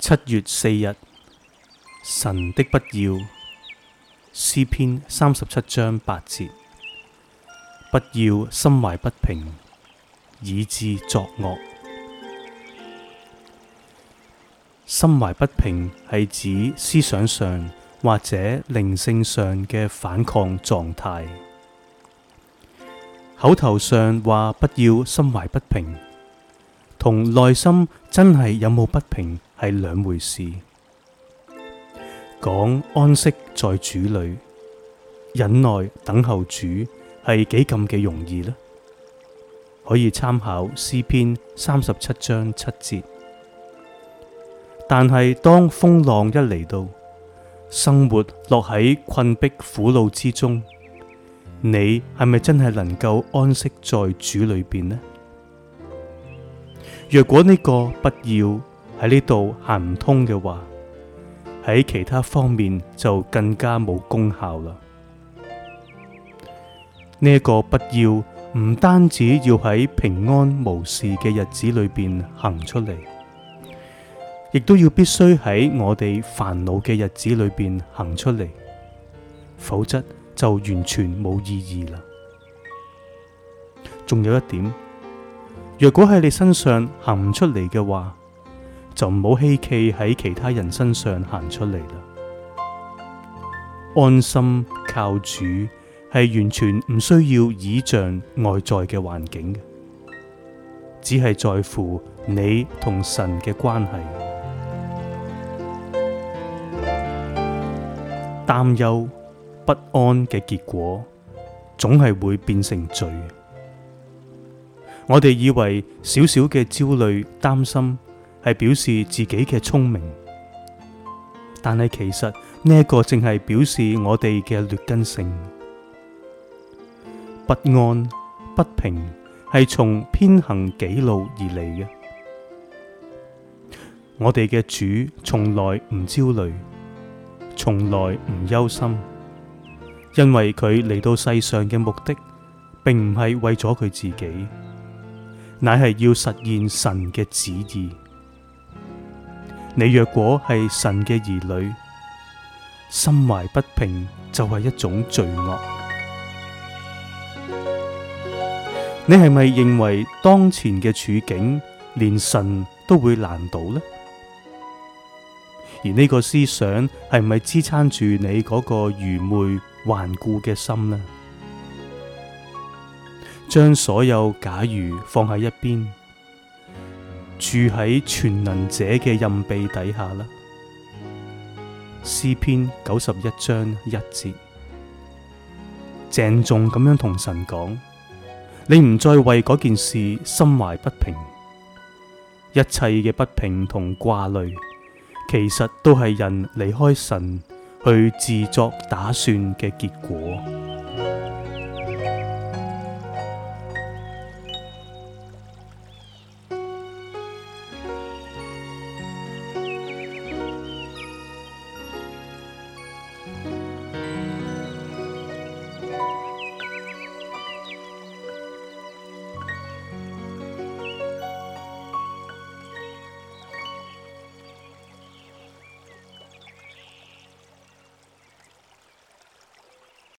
7月4日，神的不要，詩篇37章8節。不要心懷不平，以致作惡。心懷不平係指思想上或者靈性上嘅反抗狀態。口頭上話不要心懷不平，同內心真係有冇不平係兩回事。講安息在主裏，忍耐等候主係幾咁嘅容易呢？可以參考詩篇37章7節。但係當風浪一嚟到，生活落喺困迫苦惱之中，你係咪真係能夠安息在主裏邊呢？若果呢個不要喺呢度行唔通嘅話，喺其他方面就更加冇功效啦。呢一個不要唔單止要喺平安無事嘅日子裏邊行出嚟，亦都要必須喺我哋煩惱嘅日子裏邊行出嚟，否則就完全冇意義啦。仲有一點，若果喺你身上行唔出嚟嘅話，就唔好希冀喺其他人身上行出嚟啦。安心靠主係完全唔需要倚仗外在嘅環境嘅，只係在乎你同神嘅關係。擔憂不安嘅結果，總係會變成罪。我哋以為少少嘅焦慮、擔心係表示自己嘅聰明，但係其實呢一個正係表示我哋嘅劣根性。不安、不平係從偏行己路而嚟嘅。我哋嘅主從來唔焦慮，從來唔憂心，因為佢嚟到世上嘅目的，並唔係為咗佢自己，乃係要實現神嘅旨意。你若果係神嘅兒女，心懷不平就係一種罪惡。你係咪認為當前嘅處境連神都會難倒呢？而呢個思想係咪支撐住你嗰個愚昧頑固嘅心呢？將所有假如放喺一邊，住喺全能者嘅蔭庇底下啦。詩篇91章1節，鄭重咁樣同神講：你唔再為嗰件事心懷不平，一切嘅不平同掛慮，其實都係人離開神去自作打算嘅結果。